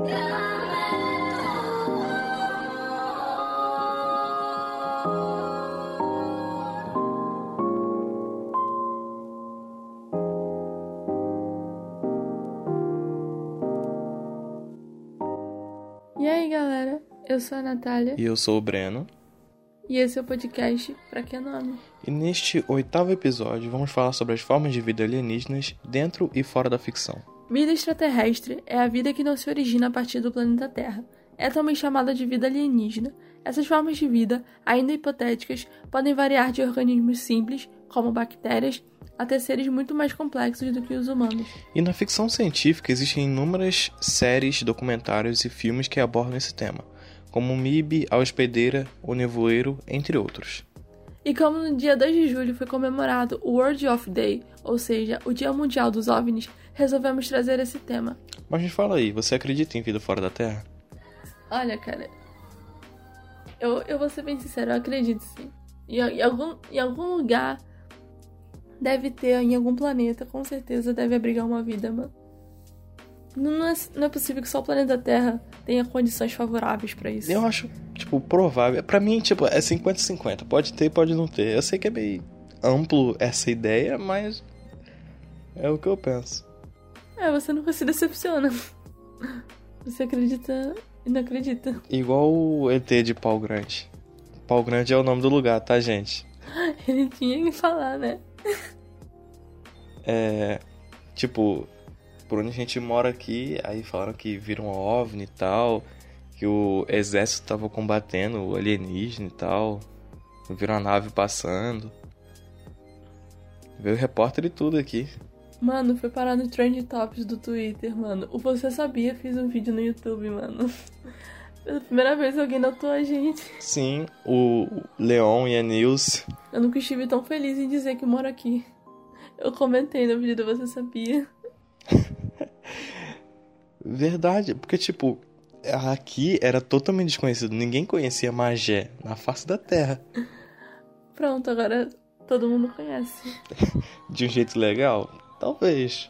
E aí, galera, eu sou a Natália. E eu sou o Breno. E esse é o podcast Pra Que Nome? E neste 8º episódio vamos falar sobre as formas de vida alienígenas dentro e fora da ficção. Vida extraterrestre é a vida que não se origina a partir do planeta Terra. É também chamada de vida alienígena. Essas formas de vida, ainda hipotéticas, podem variar de organismos simples, como bactérias, até seres muito mais complexos do que os humanos. E na ficção científica existem inúmeras séries, documentários e filmes que abordam esse tema, como MIB, A Hospedeira, O Nevoeiro, entre outros. E como no dia 2 de julho foi comemorado o World of Day, ou seja, o Dia Mundial dos OVNIs, resolvemos trazer esse tema. Mas me fala aí, você acredita em vida fora da Terra? Olha, cara, eu vou ser bem sincero, eu acredito sim. Em algum lugar deve ter, em algum planeta, com certeza deve abrigar uma vida, mano. Não é possível que só o planeta Terra tenha condições favoráveis pra isso. Eu acho, provável. Pra mim, é 50-50. Pode ter, pode não ter. Eu sei que é meio amplo essa ideia, mas é o que eu penso. Você nunca se decepciona. Você acredita e não acredita. Igual o ET de Pau Grande. Pau Grande é o nome do lugar, tá, gente? Ele tinha que falar, né? Por onde a gente mora aqui, aí falaram que viram um OVNI e tal, que o exército tava combatendo o alienígena e tal, viram a nave passando. Veio o repórter e tudo aqui. Mano, foi parar no Trend Topics do Twitter, mano. O Você Sabia fez um vídeo no YouTube, mano. Pela primeira vez alguém notou a gente. Sim, o Leon e a Nilce. Eu nunca estive tão feliz em dizer que moro aqui. Eu comentei no vídeo do Você Sabia. Verdade, porque aqui era totalmente desconhecido. Ninguém conhecia Magé na face da Terra. Pronto, agora todo mundo conhece. De um jeito legal? Talvez.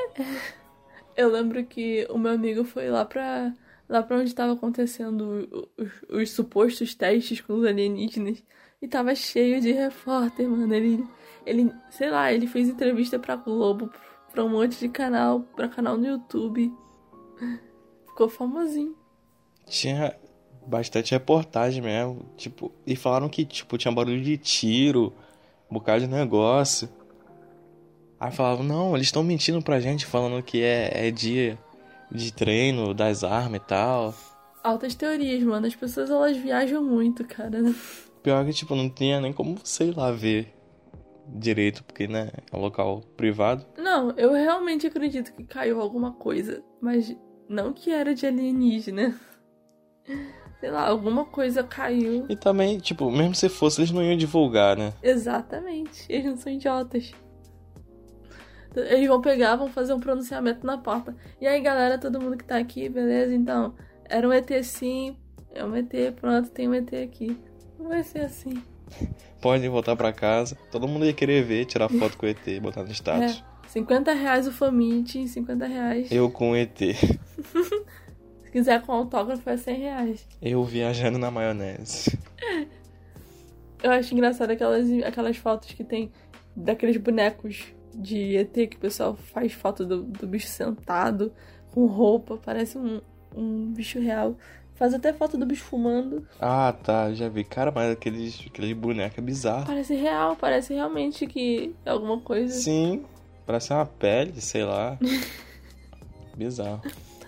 Eu lembro que o meu amigo foi lá pra onde tava acontecendo os supostos testes com os alienígenas. E tava cheio de repórter, mano. Ele, sei lá, ele fez entrevista pra Globo, pra um monte de canal, pra canal no YouTube. Ficou famosinho. Tinha bastante reportagem mesmo, e falaram que, tinha barulho de tiro, um bocado de negócio. Aí falavam, não, eles estão mentindo pra gente, falando que é dia de treino das armas e tal. Altas teorias, mano. As pessoas, elas viajam muito, cara. Pior que, não tinha nem como, sei lá, ver direito, porque, né, é um local privado. Não, eu realmente acredito que caiu alguma coisa, mas não que era de alienígena. Sei lá, alguma coisa caiu. E também, mesmo se fosse, eles não iam divulgar, né? Exatamente. Eles não são idiotas. Eles vão pegar, vão fazer um pronunciamento na porta. E aí, galera, todo mundo que tá aqui, beleza? Então, era um ET sim. É um ET, pronto, tem um ET aqui. Não vai ser assim. Podem voltar pra casa. Todo mundo ia querer ver, tirar foto com o ET, botar no status. R$50 o Famint, R$50. Eu com o ET. Se quiser com autógrafo é R$100. Eu viajando na maionese. Eu acho engraçado aquelas fotos que tem daqueles bonecos de ET que o pessoal faz foto do bicho sentado, com roupa, parece um bicho real. Faz até foto do bicho fumando. Ah, tá, já vi. Cara, mas aqueles bonecos é bizarro. Parece real, parece realmente que é alguma coisa. Sim, parece uma pele, sei lá. Bizarro.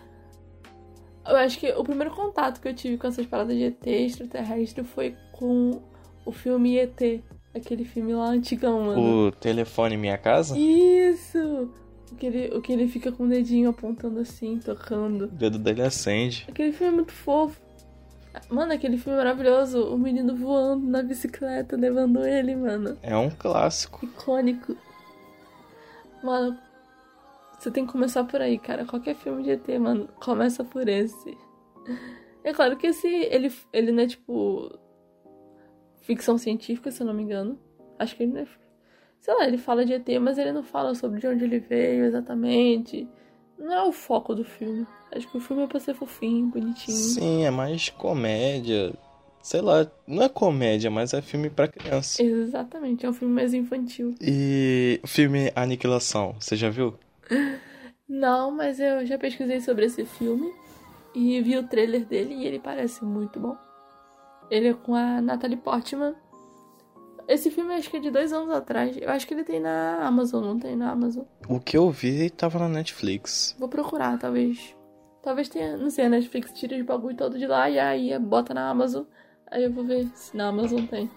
Eu acho que o primeiro contato que eu tive com essas paradas de ET extraterrestre foi com o filme ET. Aquele filme lá antigão, mano. O Telefone Minha Casa? Isso! O que ele fica com o dedinho apontando assim, tocando. O dedo dele acende. Aquele filme é muito fofo. Mano, aquele filme é maravilhoso. O menino voando na bicicleta, levando ele, mano. É um clássico. Icônico. Mano, você tem que começar por aí, cara. Qualquer filme de ET, mano, começa por esse. É claro que ele não é, ficção científica, se eu não me engano. Acho que ele não é... Sei lá, ele fala de ET, mas ele não fala sobre de onde ele veio exatamente. Não é o foco do filme. Acho que o filme é pra ser fofinho, bonitinho. Sim, é mais comédia. Sei lá, não é comédia, mas é filme pra criança. Exatamente, é um filme mais infantil. E o filme Aniquilação, você já viu? Não, mas eu já pesquisei sobre esse filme e vi o trailer dele e ele parece muito bom. Ele é com a Natalie Portman. Esse filme acho que é de 2 anos atrás. Eu acho que ele tem na Amazon, não tem na Amazon. O que eu vi tava na Netflix. Vou procurar, talvez. Talvez tenha, não sei, a Netflix tira os bagulho todo de lá e aí bota na Amazon. Aí eu vou ver se na Amazon tem.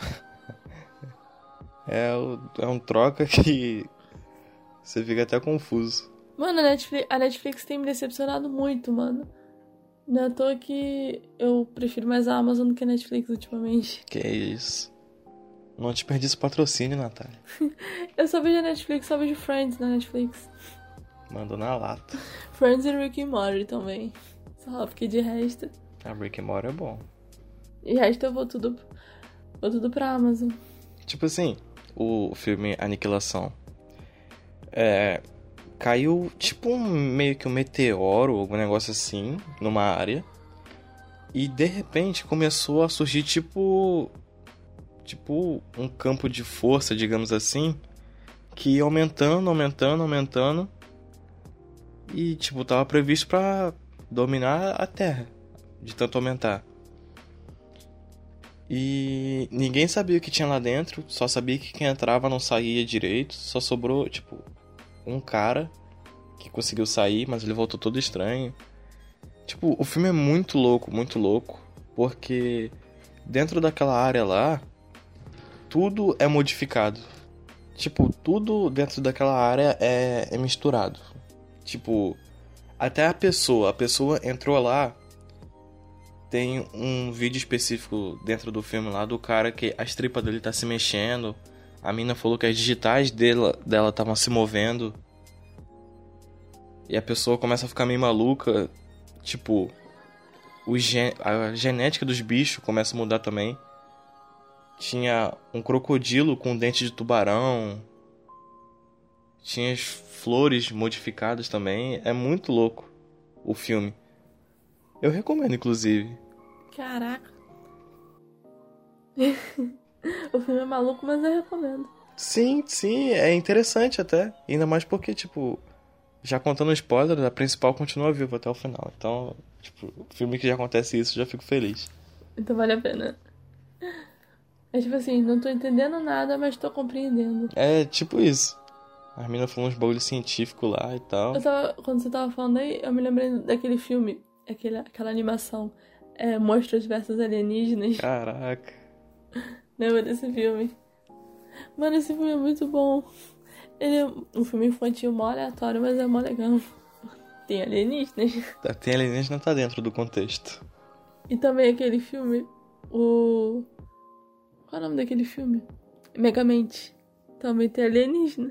É um troca que você fica até confuso. Mano, a Netflix tem me decepcionado muito, mano. Não é à toa que eu prefiro mais a Amazon do que a Netflix ultimamente. Que isso? Não desperdiça o patrocínio, Natália. Eu só vejo a Netflix, só vejo Friends na Netflix. Mandou na lata. Friends e Rick and Morty também. Só porque de resto... A Rick and Morty é bom. De resto eu vou tudo pra Amazon. Tipo assim, o filme Aniquilação. Caiu tipo meio que um meteoro, algum negócio assim, numa área. E de repente começou a surgir tipo um campo de força, digamos assim, que ia aumentando. E tipo, tava previsto pra dominar a Terra, de tanto aumentar. E ninguém sabia o que tinha lá dentro, só sabia que quem entrava não saía direito, só sobrou, tipo, um cara que conseguiu sair, mas ele voltou todo estranho. Tipo, o filme é muito louco, porque dentro daquela área lá, tudo é modificado. Tipo, tudo dentro daquela área é misturado. Tipo, até a pessoa entrou lá. Tem um vídeo específico dentro do filme lá do cara que as tripas dele tá se mexendo. A mina falou que as digitais dela estavam se movendo. E a pessoa começa a ficar meio maluca. Tipo, a genética dos bichos começa a mudar também. Tinha um crocodilo com dente de tubarão. Tinha as flores modificadas também. É muito louco o filme. Eu recomendo, inclusive. Caraca. O filme é maluco, mas eu recomendo. Sim, é interessante até. Ainda mais porque, tipo, já contando spoiler, a principal continua viva até o final. Então, tipo, filme que já acontece isso, já fico feliz. Então vale a pena. É tipo assim, não tô entendendo nada, mas tô compreendendo. É tipo isso. As meninas falam uns bagulho científico lá e tal. Quando você tava falando aí, eu me lembrei daquele filme, aquela animação, Monstros versus Alienígenas. Caraca. Lembra desse filme? Mano, esse filme é muito bom. Ele é um filme infantil mó aleatório, mas é mó legal. Tem alienígenas. Tem alienígena, tá dentro do contexto. E também aquele filme, Qual é o nome daquele filme? Megamente. Também tem alienígena.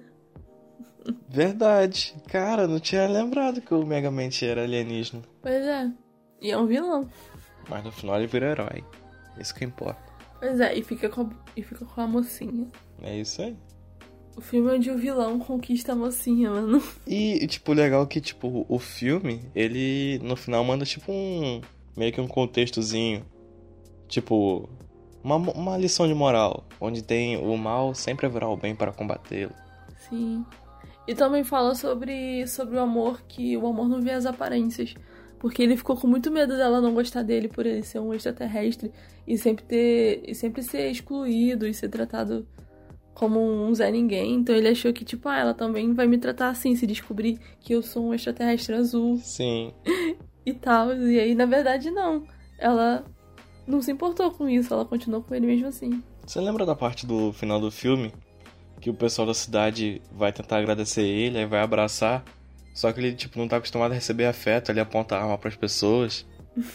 Verdade. Cara, não tinha lembrado que o Megamente era alienígena. Pois é. E é um vilão. Mas no final ele vira herói. Isso que importa. Pois é, e fica com a mocinha. É isso aí. O filme onde o vilão conquista a mocinha, mano. E, tipo, legal que, tipo, o filme, ele no final manda, tipo, meio que um contextozinho. Tipo, uma lição de moral. Onde tem o mal sempre haverá o bem para combatê-lo. Sim. E também fala sobre o amor, que o amor não vê as aparências. Porque ele ficou com muito medo dela não gostar dele por ele ser um extraterrestre e sempre ser excluído e ser tratado como um Zé Ninguém. Então ele achou que, tipo, ela também vai me tratar assim, se descobrir que eu sou um extraterrestre azul. Sim. E tal. E aí, na verdade, não. Ela não se importou com isso, ela continuou com ele mesmo assim. Você lembra da parte do final do filme? Que o pessoal da cidade vai tentar agradecer ele, aí vai abraçar. Só que ele, tipo, não tá acostumado a receber afeto, ele aponta a arma pras pessoas.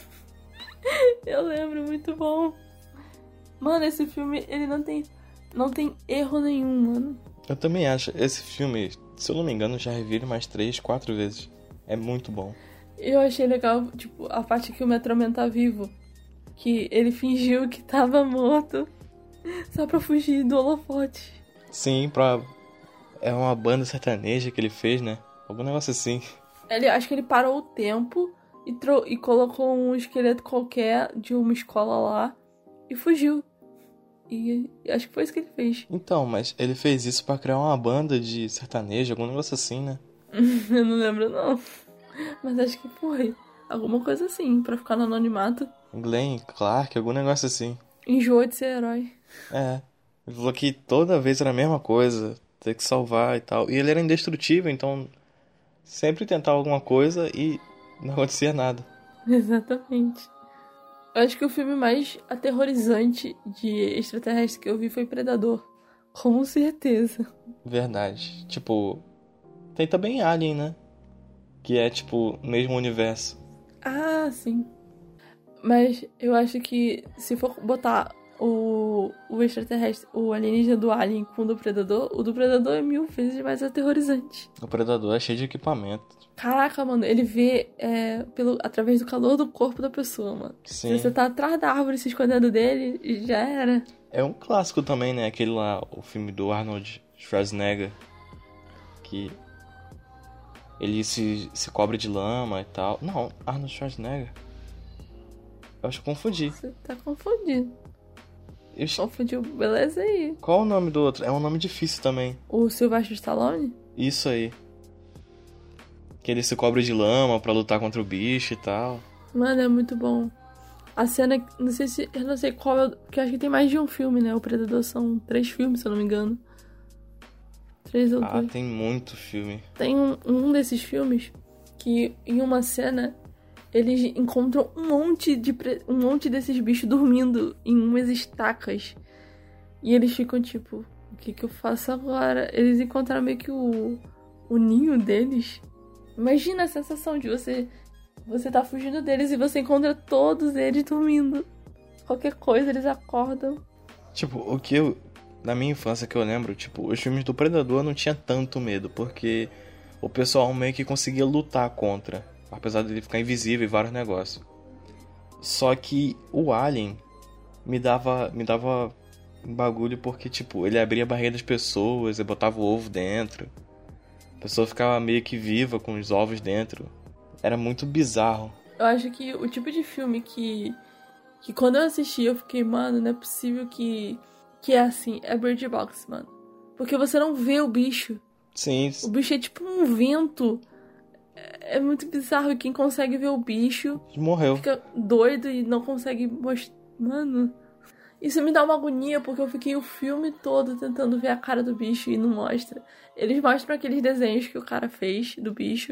Eu lembro, muito bom. Mano, esse filme, ele não tem erro nenhum, mano. Eu também acho. Esse filme, se eu não me engano, já revi ele mais 3, 4 vezes. É muito bom. Eu achei legal, tipo, a parte que o Metroman tá vivo. Que ele fingiu que tava morto só pra fugir do holofote. Sim, é uma banda sertaneja que ele fez, né? Algum negócio assim. Acho que ele parou o tempo e colocou um esqueleto qualquer de uma escola lá e fugiu. E acho que foi isso que ele fez. Então, mas ele fez isso pra criar uma banda de sertanejo, algum negócio assim, né? Eu não lembro, não. Mas acho que foi. Alguma coisa assim, pra ficar no anonimato. Glenn Clark, algum negócio assim. Enjoou de ser herói. É. Ele falou que toda vez era a mesma coisa, ter que salvar e tal. E ele era indestrutível, então sempre tentava alguma coisa e não acontecia nada. Exatamente. Eu acho que o filme mais aterrorizante de extraterrestre que eu vi foi Predador. Com certeza. Verdade. Tipo, tem também Alien, né? Que é tipo o mesmo universo. Ah, sim. Mas eu acho que se for botar o extraterrestre, o alienígena do Alien com o do Predador é 1000 vezes mais aterrorizante. O Predador é cheio de equipamento. Caraca, mano, ele vê através do calor do corpo da pessoa, mano. Sim. Se você tá atrás da árvore se escondendo dele, já era. É um clássico também, né? Aquele lá, o filme do Arnold Schwarzenegger. Que ele se cobre de lama e tal. Não, Arnold Schwarzenegger. Eu acho que confundi. Você tá confundido. Confundiu, beleza aí. Qual o nome do outro? É um nome difícil também. O Sylvester Stallone? Isso aí. Que ele se cobre de lama pra lutar contra o bicho e tal. Mano, é muito bom. A cena, eu não sei qual é, porque acho que tem mais de um filme, né? O Predador são 3 filmes, se eu não me engano. 3 ou 2. Ah, tem muito filme. Tem um desses filmes que em uma cena eles encontram um monte desses bichos dormindo em umas estacas. E eles ficam tipo, o que eu faço agora? Eles encontraram meio que o ninho deles. Imagina a sensação de você tá fugindo deles e você encontra todos eles dormindo. Qualquer coisa, eles acordam. Tipo, o que eu... Na minha infância que eu lembro, tipo, os filmes do Predador não tinha tanto medo, porque o pessoal meio que conseguia lutar contra, apesar dele ficar invisível e vários negócios. Só que o Alien me dava um bagulho porque, tipo, ele abria a barriga das pessoas e botava o ovo dentro. A pessoa ficava meio que viva com os ovos dentro. Era muito bizarro. Eu acho que o tipo de filme que quando eu assisti eu fiquei, mano, não é possível que é assim, é Bird Box, mano. Porque você não vê o bicho. Sim. O bicho é tipo um vento. É muito bizarro. E quem consegue ver o bicho morreu. Fica doido e não consegue mostrar. Mano, isso me dá uma agonia, porque eu fiquei o filme todo tentando ver a cara do bicho e não mostra. Eles mostram aqueles desenhos que o cara fez do bicho.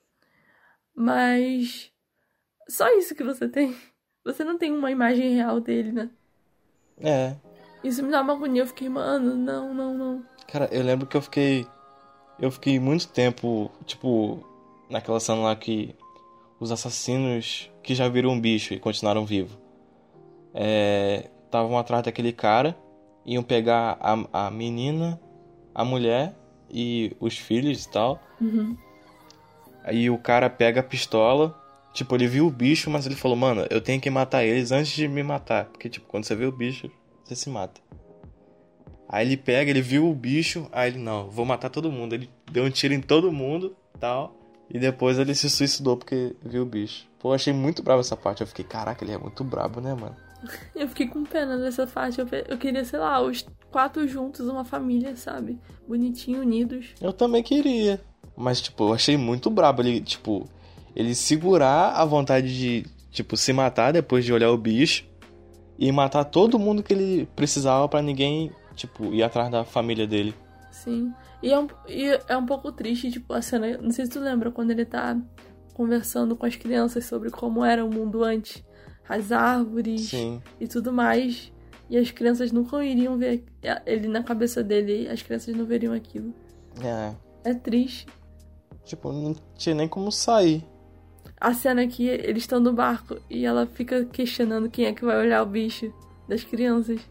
Mas só isso que você tem. Você não tem uma imagem real dele, né? É. Isso me dá uma agonia. Eu fiquei, mano, não. Cara, eu lembro que eu fiquei muito tempo, tipo, naquela cena lá que os assassinos que já viram um bicho e continuaram vivos estavam atrás daquele cara, iam pegar a menina, a mulher e os filhos e tal. Uhum. Aí o cara pega a pistola, tipo, ele viu o bicho, mas ele falou, mano, eu tenho que matar eles antes de me matar. Porque, tipo, quando você vê o bicho, você se mata. Aí ele pega, ele viu o bicho, aí ele, não, vou matar todo mundo. Ele deu um tiro em todo mundo, tal, e depois ele se suicidou porque viu o bicho. Pô, eu achei muito bravo essa parte. Eu fiquei, caraca, ele é muito brabo, né, mano? Eu fiquei com pena dessa parte. Eu queria, sei lá, os 4 juntos, uma família, sabe? Bonitinho, unidos. Eu também queria. Mas, tipo, eu achei muito brabo ele, tipo, ele segurar a vontade de, tipo, se matar depois de olhar o bicho e matar todo mundo que ele precisava pra ninguém, tipo, ir atrás da família dele. Sim. E é um pouco triste, tipo, a cena... Não sei se tu lembra, quando ele tá conversando com as crianças sobre como era o mundo antes. As árvores. Sim. E tudo mais. E as crianças nunca iriam ver ele na cabeça dele. As crianças não veriam aquilo. É triste. Tipo, não tinha nem como sair. A cena que eles estão no barco e ela fica questionando quem é que vai olhar o bicho das crianças.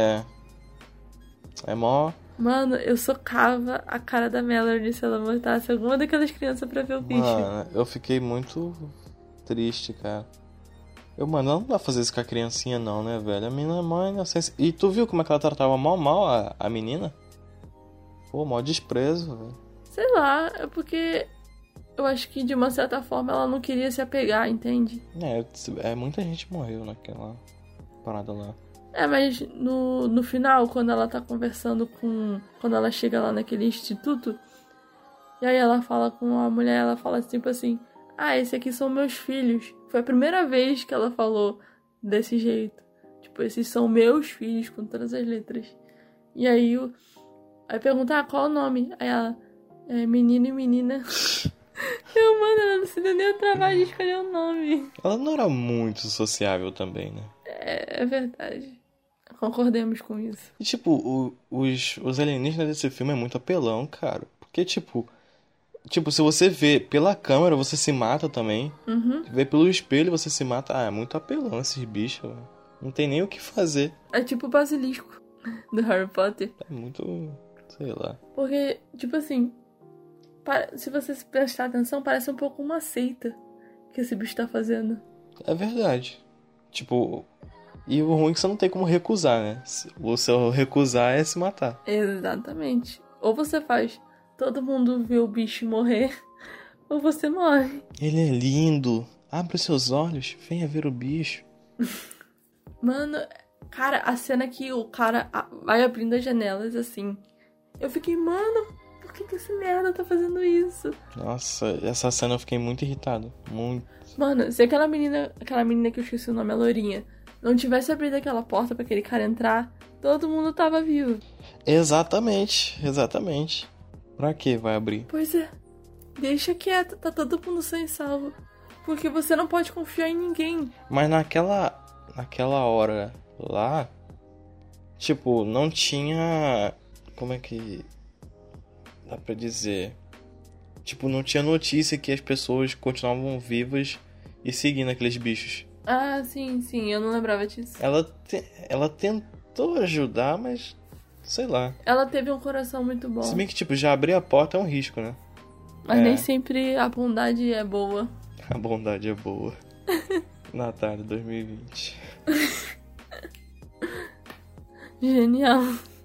É mó... Mano, eu socava a cara da Melanie se ela botasse alguma daquelas crianças pra ver o bicho. Mano, eu fiquei muito triste, cara. Mano, não dá pra fazer isso com a criancinha não, né, velho? A menina é mó inocência. E tu viu como é que ela tratava mal a menina? Pô, mó desprezo, velho. Sei lá, é porque eu acho que de uma certa forma ela não queria se apegar, entende? Muita gente morreu naquela parada lá. Mas no final, quando ela tá conversando com... Quando ela chega lá naquele instituto, e aí ela fala com a mulher, ela fala tipo assim, esses aqui são meus filhos. Foi a primeira vez que ela falou desse jeito. Tipo, esses são meus filhos, com todas as letras. E aí, aí pergunta, qual é o nome? Aí ela, menino e menina. Mano, ela não se deu nem o trabalho de escolher o nome. Ela não era muito sociável também, né? É verdade. Concordemos com isso. E, tipo, os alienígenas desse filme é muito apelão, cara. Porque, tipo, se você vê pela câmera, você se mata também. Uhum. Vê pelo espelho, você se mata. É muito apelão esses bichos, mano. Não tem nem o que fazer. É tipo o basilisco do Harry Potter. É muito... sei lá. Porque, tipo assim, se você prestar atenção, parece um pouco uma seita que esse bicho tá fazendo. É verdade. Tipo... E o ruim é que você não tem como recusar, né? O seu recusar é se matar. Exatamente. Ou você faz todo mundo ver o bicho morrer, ou você morre. Ele é lindo. Abre os seus olhos, venha ver o bicho. Mano, cara, a cena que o cara vai abrindo as janelas, assim... Eu fiquei, mano, por que esse merda tá fazendo isso? Nossa, essa cena eu fiquei muito irritado. Muito. Mano, se aquela menina que eu esqueci o nome, a Lourinha, não tivesse abrido aquela porta pra aquele cara entrar, todo mundo tava vivo. Exatamente. Pra que vai abrir? Pois é. Deixa quieto, tá todo mundo sem salvo. Porque você não pode confiar em ninguém. Mas naquela hora lá, tipo, não tinha... Como é que dá pra dizer? Tipo, não tinha notícia que as pessoas continuavam vivas e seguindo aqueles bichos. Ah, sim, eu não lembrava disso. Ela tentou ajudar, mas... sei lá. Ela teve um coração muito bom. Se bem que, tipo, já abrir a porta é um risco, né? Mas nem sempre a bondade é boa. A bondade é boa. Natália 2020. Genial.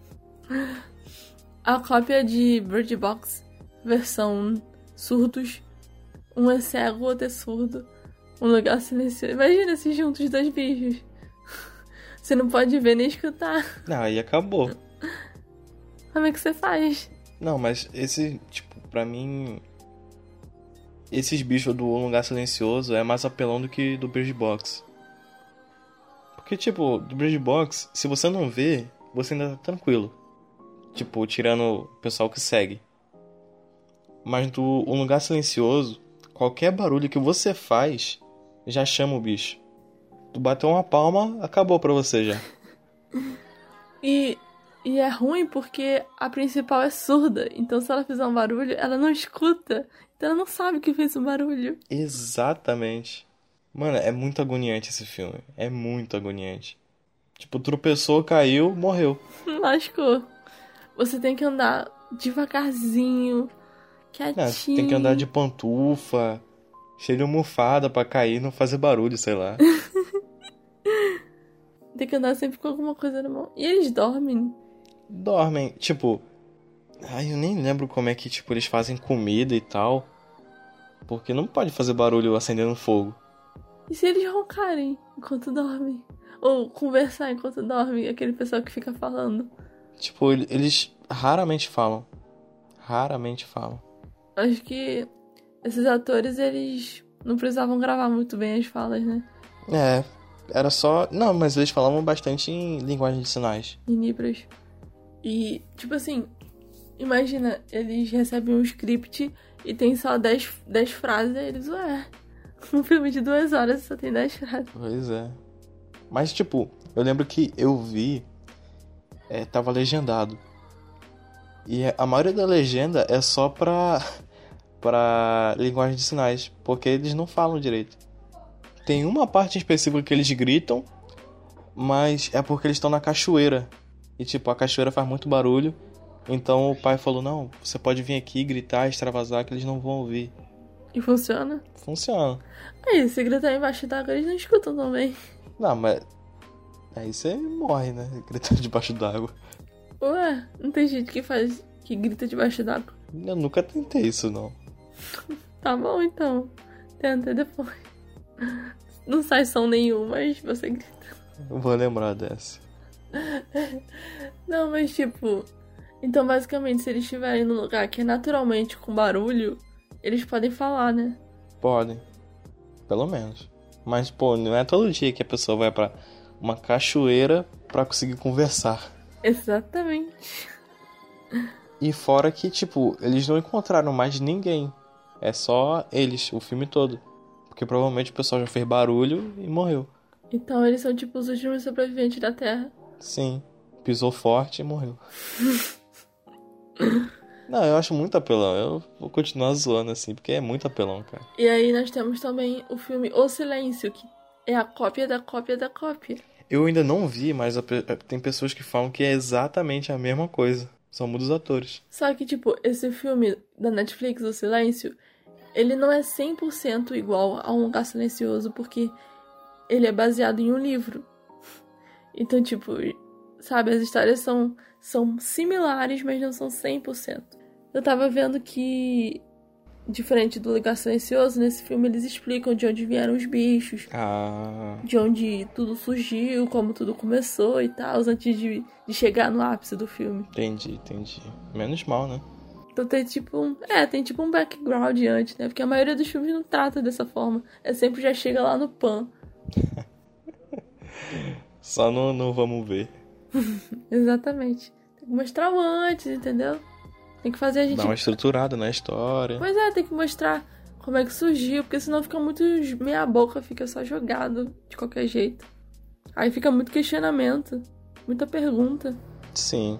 A cópia de Bird Box, versão surdos. Um é cego, o outro é surdo. Um lugar silencioso. Imagina se juntos os dois bichos. Você não pode ver nem escutar. Não, aí acabou. Como é que você faz? Não, mas pra mim... esses bichos do Um Lugar Silencioso é mais apelão do que do Bird Box. Porque, tipo, do Bird Box, se você não vê, você ainda tá tranquilo. Tipo, tirando o pessoal que segue. Mas do Um Lugar Silencioso, qualquer barulho que você faz, já chama o bicho. Tu bateu uma palma, acabou pra você já. E é ruim porque a principal é surda. Então se ela fizer um barulho, ela não escuta. Então ela não sabe que fez um barulho. Exatamente. Mano, é muito agoniante esse filme. É muito agoniante. Tipo, tropeçou, caiu, morreu. Lascou. Você tem que andar devagarzinho, quietinho. Tem que andar de pantufa, cheio de almofada pra cair e não fazer barulho, sei lá. Tem que andar sempre com alguma coisa na mão. E eles dormem? Dormem, tipo... eu nem lembro como é que, tipo, eles fazem comida e tal. Porque não pode fazer barulho acendendo fogo. E se eles roncarem enquanto dormem? Ou conversar enquanto dormem? Aquele pessoal que fica falando. Tipo, eles raramente falam. Raramente falam. Acho que esses atores, eles não precisavam gravar muito bem as falas, né? Era só... Não, mas eles falavam bastante em linguagem de sinais. Em Libras. E, tipo assim, imagina, eles recebem um script e tem só 10 frases, aí eles, um filme de 2 horas só tem 10 frases. Pois é. Mas, tipo, eu lembro que eu vi... tava legendado. E a maioria da legenda é só pra linguagem de sinais, porque eles não falam direito. Tem uma parte em específico que eles gritam, mas é porque eles estão na cachoeira. E tipo, a cachoeira faz muito barulho. Então o pai falou, não, você pode vir aqui gritar, extravasar, que eles não vão ouvir. E funciona? Funciona. Aí, se gritar embaixo d'água, eles não escutam também. Não, mas... aí você morre, né? Gritando debaixo d'água. Ué, não tem gente que grita debaixo d'água? Eu nunca tentei isso, não. Tá bom, então. Tenta depois. Não sai som nenhum, mas você grita. Eu vou lembrar dessa. Não, mas tipo... Então, basicamente, se eles estiverem num lugar que é naturalmente com barulho, eles podem falar, né? Podem. Pelo menos. Mas, pô, não é todo dia que a pessoa vai pra uma cachoeira pra conseguir conversar. Exatamente. E fora que, tipo, eles não encontraram mais ninguém. É só eles, o filme todo. Porque provavelmente o pessoal já fez barulho e morreu. Então, eles são tipo os últimos sobreviventes da Terra. Sim. Pisou forte e morreu. Não, eu acho muito apelão. Eu vou continuar zoando assim, porque é muito apelão, cara. E aí nós temos também o filme O Silêncio, que é a cópia da cópia da cópia. Eu ainda não vi, mas tem pessoas que falam que é exatamente a mesma coisa. Só muda os atores. Só que, tipo, esse filme da Netflix, O Silêncio, ele não é 100% igual a Um Lugar Silencioso, porque ele é baseado em um livro. Então, tipo, sabe, as histórias são similares, mas não são 100%. Eu tava vendo que, diferente do Lugar Silencioso, nesse filme eles explicam de onde vieram os bichos, de onde tudo surgiu, como tudo começou e tal, antes de chegar no ápice do filme. Entendi. Menos mal, né? Então tem tipo um background antes, né? Porque a maioria dos filmes não trata dessa forma. É sempre já chega lá no pan. Só não vamos ver. Exatamente. Tem que mostrar o antes, entendeu? Tem que fazer a gente... Dá uma estruturada na história. Pois é, tem que mostrar como é que surgiu, porque senão fica muito meia boca, fica só jogado de qualquer jeito. Aí fica muito questionamento, muita pergunta. Sim.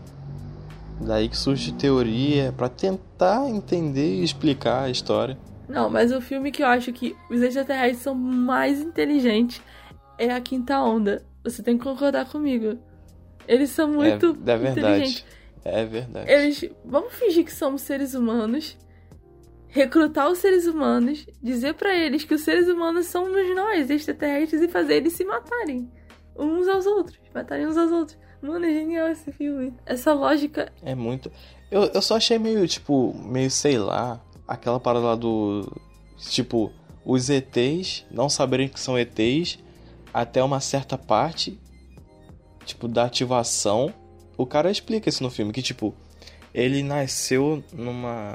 Daí que surge teoria pra tentar entender e explicar a história. Não, mas o filme que eu acho que os extraterrestres são mais inteligentes é A Quinta Onda. Você tem que concordar comigo. Eles são muito inteligentes. É verdade. Vamos fingir que somos seres humanos, recrutar os seres humanos, dizer pra eles que os seres humanos somos nós, extraterrestres, e fazer eles se matarem uns aos outros. Matarem uns aos outros. Mano, é genial esse filme. Essa lógica... É muito... Eu só achei meio, sei lá, aquela parada lá do... Tipo, os ETs não saberem que são ETs até uma certa parte, tipo, da ativação. O cara explica isso no filme, que, tipo, ele nasceu numa...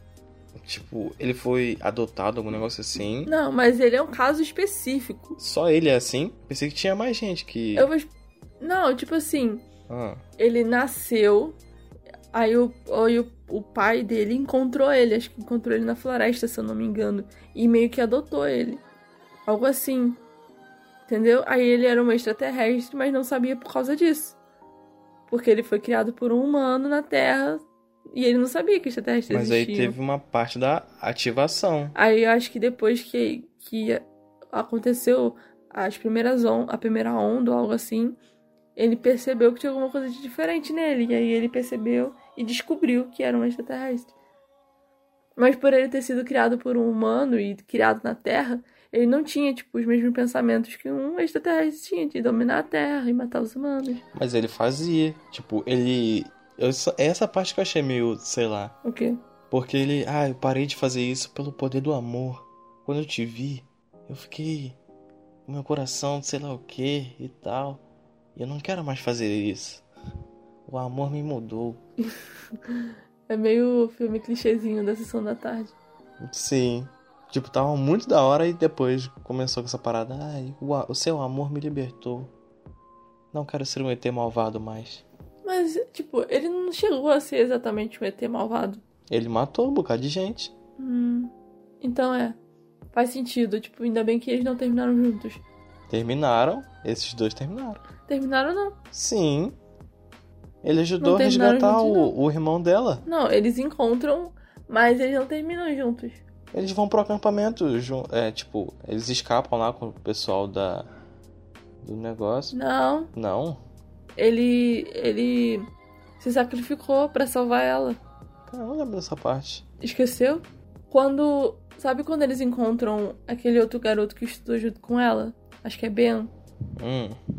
Tipo, ele foi adotado, algum negócio assim. Não, mas ele é um caso específico. Só ele é assim? Pensei que tinha mais gente que... Não, tipo assim, ele nasceu, aí o pai dele encontrou ele, acho que encontrou ele na floresta, se eu não me engano, e meio que adotou ele. Algo assim, entendeu? Aí ele era um extraterrestre, mas não sabia por causa disso. Porque ele foi criado por um humano na Terra e ele não sabia que extraterrestres existiam. Mas aí teve uma parte da ativação. Aí eu acho que depois que aconteceu a primeira onda ou algo assim, ele percebeu que tinha alguma coisa de diferente nele. E aí ele percebeu e descobriu que era um extraterrestre. Mas por ele ter sido criado por um humano e criado na Terra, ele não tinha, tipo, os mesmos pensamentos que um extraterrestre tinha, de dominar a Terra e matar os humanos. Mas ele fazia. Tipo, essa parte que eu achei meio, sei lá. O quê? Porque eu parei de fazer isso pelo poder do amor. Quando eu te vi, eu fiquei com meu coração, sei lá o que e tal. E eu não quero mais fazer isso. O amor me mudou. É meio filme clichêzinho da Sessão da Tarde. Sim. Tipo, tava muito da hora e depois começou com essa parada. O seu amor me libertou. Não quero ser um ET malvado mais. Mas, tipo, ele não chegou a ser exatamente um ET malvado. Ele matou um bocado de gente. Então faz sentido. Tipo, ainda bem que eles não terminaram juntos. Terminaram. Esses dois terminaram. Terminaram não. Sim. Ele ajudou a resgatar o irmão dela. Não, eles encontram, mas eles não terminam juntos. Eles vão pro acampamento. Eles escapam lá com o pessoal do negócio. Não. Não? Ele se sacrificou pra salvar ela. Cara, eu não lembro dessa parte. Esqueceu? Sabe quando eles encontram aquele outro garoto que estudou junto com ela? Acho que é Ben.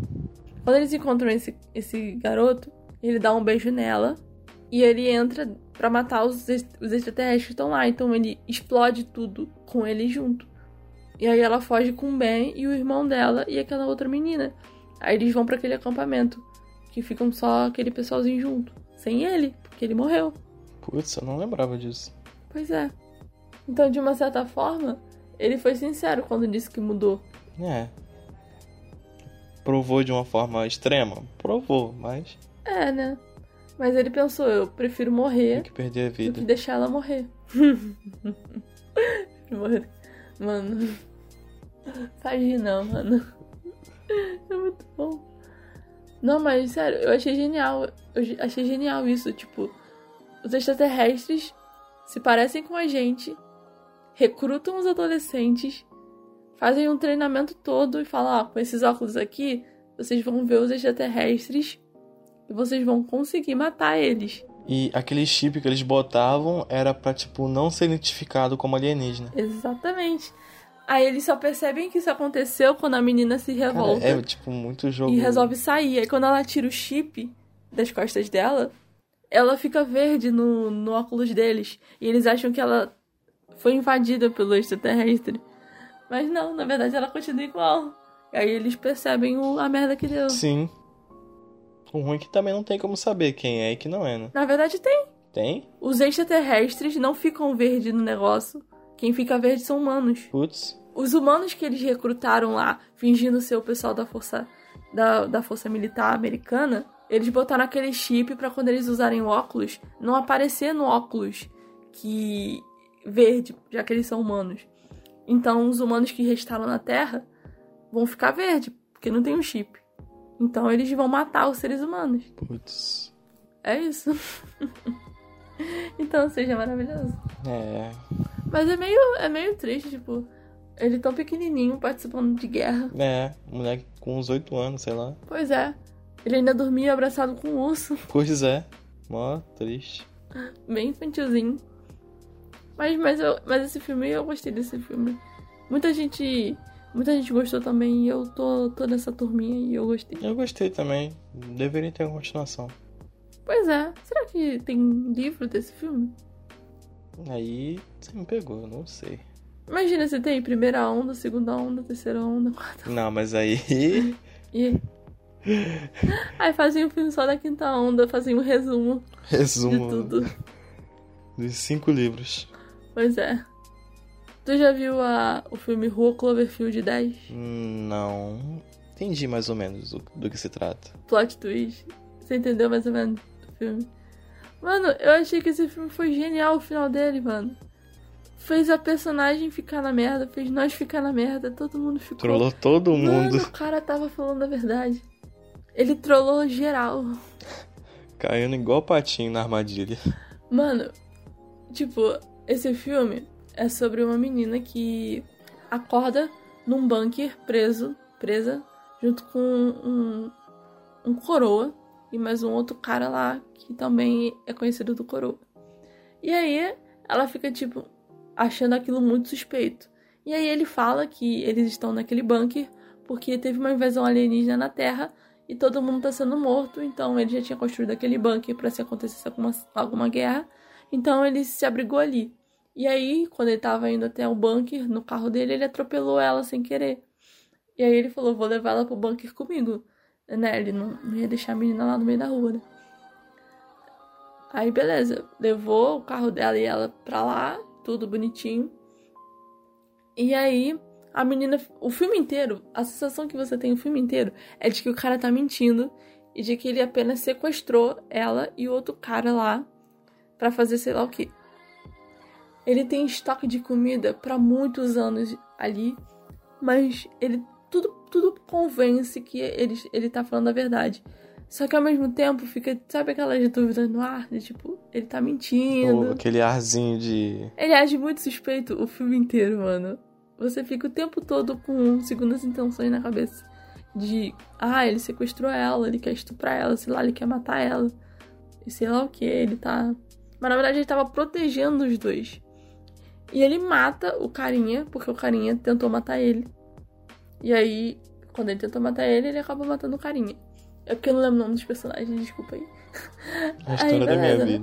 Quando eles encontram esse garoto, ele dá um beijo nela e ele entra pra matar os extraterrestres que estão lá. Então ele explode tudo com ele junto. E aí ela foge com o Ben e o irmão dela e aquela outra menina. Aí eles vão pra aquele acampamento, que ficam só aquele pessoalzinho junto. Sem ele, porque ele morreu. Putz, eu não lembrava disso. Pois é. Então, de uma certa forma, ele foi sincero quando disse que mudou. É. Provou de uma forma extrema? Provou, mas... É, né? Mas ele pensou, eu prefiro morrer tem que perder a do vida. que deixar ela morrer. Morrer. Mano. Faz rir não, mano. É muito bom. Não, mas sério, eu achei genial. Eu achei genial isso. Tipo, os extraterrestres se parecem com a gente, recrutam os adolescentes, fazem um treinamento todo e falam, ó, com esses óculos aqui, vocês vão ver os extraterrestres e vocês vão conseguir matar eles. E aquele chip que eles botavam era pra, tipo, não ser identificado como alienígena. Exatamente. Aí eles só percebem que isso aconteceu quando a menina se revolta. Cara, é, tipo, muito jogo... E resolve sair. Aí quando ela tira o chip das costas dela, ela fica verde no óculos deles. E eles acham que ela foi invadida pelo extraterrestre. Mas não, na verdade ela continua igual. Aí eles percebem a merda que deu. Sim. O ruim é que também não tem como saber quem é e quem não é, né? Na verdade tem. Tem? Os extraterrestres não ficam verde no negócio. Quem fica verde são humanos. Putz. Os humanos que eles recrutaram lá, fingindo ser o pessoal da força militar americana, eles botaram aquele chip pra quando eles usarem o óculos, não aparecer no óculos que verde, já que eles são humanos. Então os humanos que restaram na Terra vão ficar verde, porque não tem um chip. Então eles vão matar os seres humanos. Putz. É isso. Então seja maravilhoso. É. Mas é meio triste, tipo, ele tão pequenininho participando de guerra. É, moleque com uns 8 anos, sei lá. Pois é. Ele ainda dormia abraçado com um urso. Pois é. Mó triste. Bem infantilzinho. Mas esse filme, eu gostei desse filme. Muita gente gostou também e eu tô nessa turminha e eu gostei. Eu gostei também. Deveria ter uma continuação. Pois é. Será que tem livro desse filme? Aí você me pegou, eu não sei. Imagina se tem primeira onda, segunda onda, terceira onda, quarta onda. Não, mas aí... E aí fazem um filme só da quinta onda, fazem um resumo Resumo de tudo. dos 5 livros. Pois é. Tu já viu o filme Rua Cloverfield 10? Não. Entendi mais ou menos do que se trata. Plot twist. Você entendeu mais ou menos do filme? Mano, eu achei que esse filme foi genial o final dele, mano. Fez a personagem ficar na merda, fez nós ficar na merda, todo mundo ficou... Trollou todo mundo. Mano, o cara tava falando a verdade. Ele trollou geral. Caindo igual patinho na armadilha. Mano, tipo, esse filme é sobre uma menina que acorda num bunker presa, junto com um coroa e mais um outro cara lá que também é conhecido do coroa. E aí ela fica, tipo, achando aquilo muito suspeito. E aí ele fala que eles estão naquele bunker porque teve uma invasão alienígena na Terra e todo mundo tá sendo morto, então ele já tinha construído aquele bunker pra se acontecesse alguma guerra, então ele se abrigou ali. E aí, quando ele tava indo até o bunker, no carro dele, ele atropelou ela sem querer. E aí ele falou, vou levar ela pro bunker comigo, né? Ele não ia deixar a menina lá no meio da rua, né? Aí, beleza, levou o carro dela e ela pra lá, tudo bonitinho. E aí, a menina, o filme inteiro, a sensação que você tem o filme inteiro é de que o cara tá mentindo e de que ele apenas sequestrou ela e o outro cara lá pra fazer sei lá o quê. Ele tem estoque de comida pra muitos anos ali, mas ele tudo convence que ele tá falando a verdade. Só que ao mesmo tempo fica, sabe aquelas dúvidas no ar? De tipo, ele tá mentindo. Aquele arzinho de... Ele age muito suspeito o filme inteiro, mano. Você fica o tempo todo com segundas intenções na cabeça. De, ele sequestrou ela, ele quer estuprar ela, sei lá, ele quer matar ela. E sei lá o que, ele tá... Mas na verdade ele tava protegendo os dois. E ele mata o carinha, porque o carinha tentou matar ele. E aí, quando ele tentou matar ele, ele acaba matando o carinha. É porque eu não lembro o nome dos personagens, desculpa aí. A história da minha vida.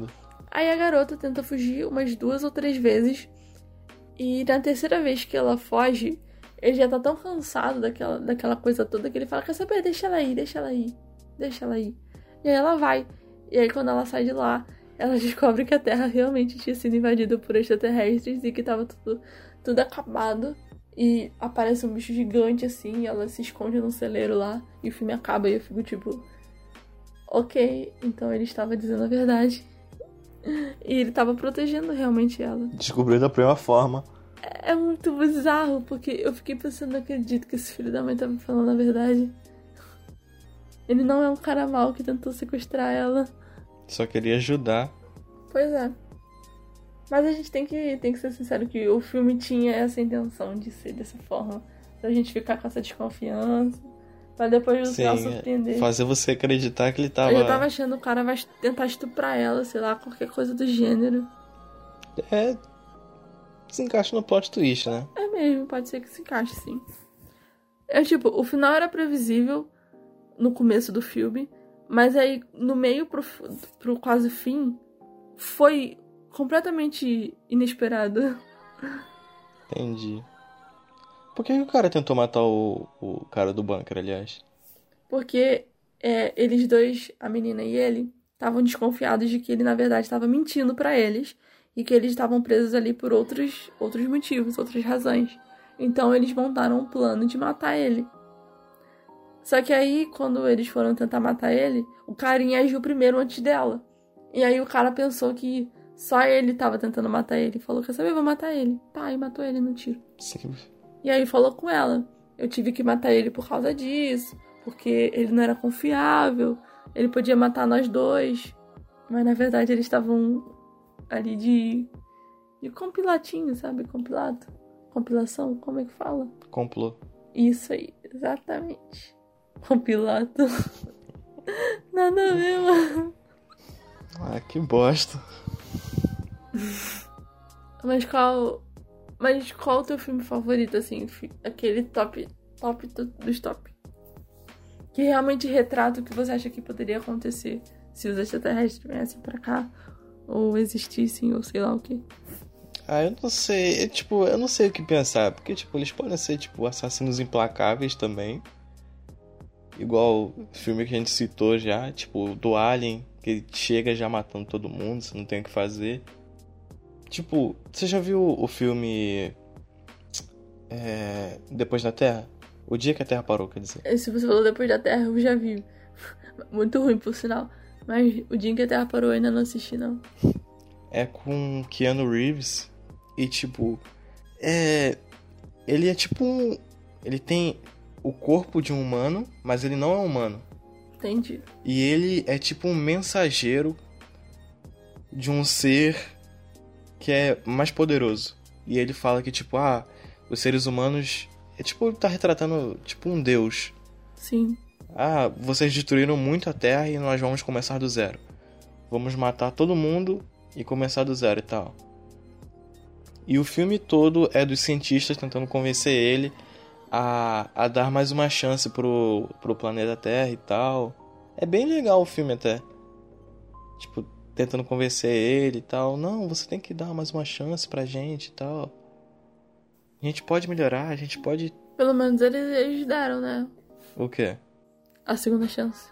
Aí a garota tenta fugir umas 2 ou 3 vezes. E na terceira vez que ela foge, ele já tá tão cansado daquela coisa toda que ele fala, quer saber, deixa ela ir, deixa ela ir, deixa ela ir. E aí ela vai. E aí quando ela sai de lá, ela descobre que a Terra realmente tinha sido invadida por extraterrestres e que tava tudo acabado. E aparece um bicho gigante assim, e ela se esconde num celeiro lá, e o filme acaba e eu fico tipo... Ok, então ele estava dizendo a verdade. E ele estava protegendo realmente ela. Descobriu da primeira forma. É muito bizarro, porque eu fiquei pensando, não acredito que esse filho da mãe tava falando a verdade. Ele não é um cara mau que tentou sequestrar ela. Só queria ajudar. Pois é. Mas a gente tem que ser sincero que o filme tinha essa intenção de ser dessa forma. Pra gente ficar com essa desconfiança. Pra depois no final surpreender. Fazer você acreditar que ele tava... Eu já tava achando o cara vai tentar estuprar ela, sei lá, qualquer coisa do gênero. Se encaixa no plot twist, né? É mesmo, pode ser que se encaixe, sim. O final era previsível no começo do filme, mas aí no meio pro quase fim foi completamente inesperado. Entendi. Por que o cara tentou matar o cara do bunker, aliás? Porque eles dois, a menina e ele, estavam desconfiados de que ele, na verdade, estava mentindo pra eles e que eles estavam presos ali por outros motivos, outras razões. Então eles montaram um plano de matar ele. Só que aí, quando eles foram tentar matar ele, o carinha agiu primeiro antes dela. E aí o cara pensou que só ele estava tentando matar ele. Falou, quer saber, eu vou matar ele. Tá, e matou ele no tiro. Sim. E aí falou com ela, eu tive que matar ele por causa disso, porque ele não era confiável, ele podia matar nós dois. Mas na verdade eles estavam ali de compilatinho, sabe? Compilado. Compilação, como é que fala? Complô. Isso aí, exatamente. Compilado. Nada a ver, mano. Ah, que bosta. Mas qual o teu filme favorito, assim? Aquele top dos top. Que realmente retrata o que você acha que poderia acontecer se os extraterrestres viessem pra cá, ou existissem, ou sei lá o que. Eu não sei. Eu não sei o que pensar. Porque, eles podem ser, assassinos implacáveis também. Igual o filme que a gente citou já, do Alien, que ele chega já matando todo mundo, você não tem o que fazer. Você já viu o filme Depois da Terra? O Dia que a Terra Parou, quer dizer. Se você falou Depois da Terra, eu já vi. Muito ruim, por sinal. Mas o Dia que a Terra Parou eu ainda não assisti, não. É com Keanu Reeves. E, ele é ele tem o corpo de um humano, mas ele não é humano. Entendi. E ele é um mensageiro de um ser que é mais poderoso. E ele fala que, os seres humanos... ele tá retratando, um deus. Sim. Vocês destruíram muito a Terra e nós vamos começar do zero. Vamos matar todo mundo e começar do zero e tal. E o filme todo é dos cientistas tentando convencer ele a dar mais uma chance pro planeta Terra e tal. É bem legal o filme até. Tentando convencer ele e tal. Não, você tem que dar mais uma chance pra gente e tal. A gente pode melhorar, a gente pode... Pelo menos eles deram, né? O quê? A segunda chance.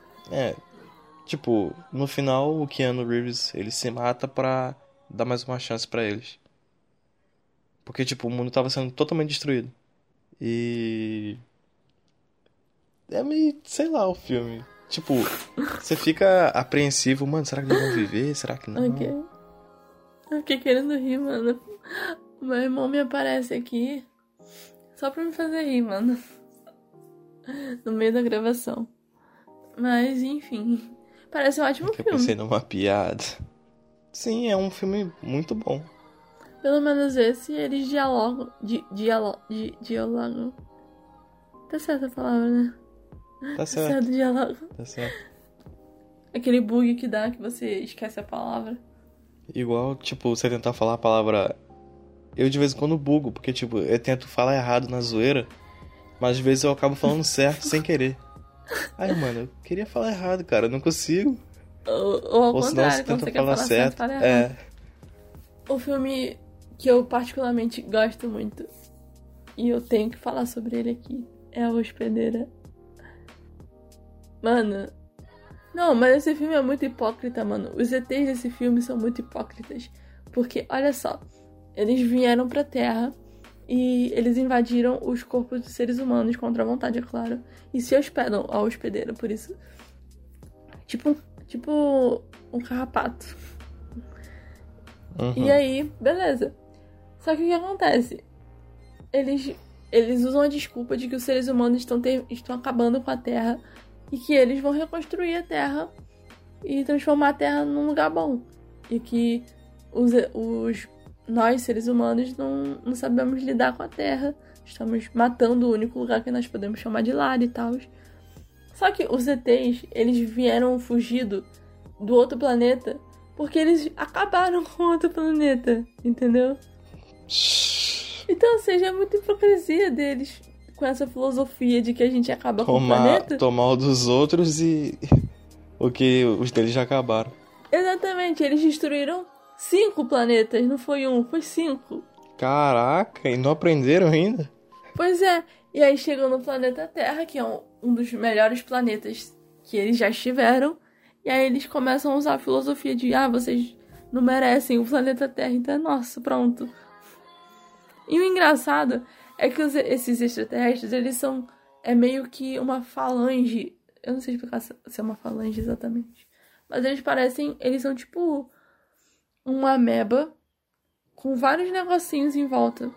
No final o Keanu Reeves, ele se mata pra dar mais uma chance pra eles. Porque, o mundo tava sendo totalmente destruído. E... é meio, sei lá, o filme. Você fica apreensivo, mano, será que eles vão viver? Será que não? Ok. Eu fiquei querendo rir, mano. O meu irmão me aparece aqui só pra me fazer rir, mano. No meio da gravação. Mas, enfim. Parece um ótimo filme. Eu pensei numa piada. Sim, é um filme muito bom. Pelo menos esse, eles dialogam. Dialogam. Tá certa a palavra, né? Tá certo. Diálogo. Tá certo. Aquele bug que dá que você esquece a palavra. Igual, você tentar falar a palavra... Eu de vez em quando bugo, porque, eu tento falar errado na zoeira, mas às vezes eu acabo falando certo sem querer. Mano, eu queria falar errado, cara, eu não consigo. Ou ao Ou senão contrário, você quando tenta você quer falar falar certo, certo. fala errado. É. O filme que eu particularmente gosto muito, e eu tenho que falar sobre ele aqui, é A Hospedeira. Mano... Não, mas esse filme é muito hipócrita, mano. Os ETs desse filme são muito hipócritas. Porque, olha só, eles vieram pra Terra e eles invadiram os corpos dos seres humanos, contra a vontade, é claro. E se hospedam ao hospedeiro, por isso. Tipo um carrapato. Uhum. E aí, beleza. Só que o que acontece? Eles usam a desculpa de que os seres humanos estão acabando com a Terra e que eles vão reconstruir a Terra e transformar a Terra num lugar bom. E que nós, seres humanos, não sabemos lidar com a Terra. Estamos matando o único lugar que nós podemos chamar de lar e tal. Só que os ETs, eles vieram fugido do outro planeta porque eles acabaram com o outro planeta, entendeu? Então, ou seja, é muita hipocrisia deles com essa filosofia de que a gente acaba com o planeta. Tomar o dos outros e o que os deles já acabaram. Exatamente, eles destruíram 5 planetas, não foi 1, foi 5. Caraca, e não aprenderam ainda? Pois é, e aí chegam no planeta Terra, que é um dos melhores planetas que eles já estiveram, e aí eles começam a usar a filosofia de vocês não merecem o planeta Terra, então é nosso, pronto. E o engraçado é que esses extraterrestres, eles são meio que uma falange, eu não sei explicar se é uma falange exatamente, mas eles são tipo uma ameba com vários negocinhos em volta.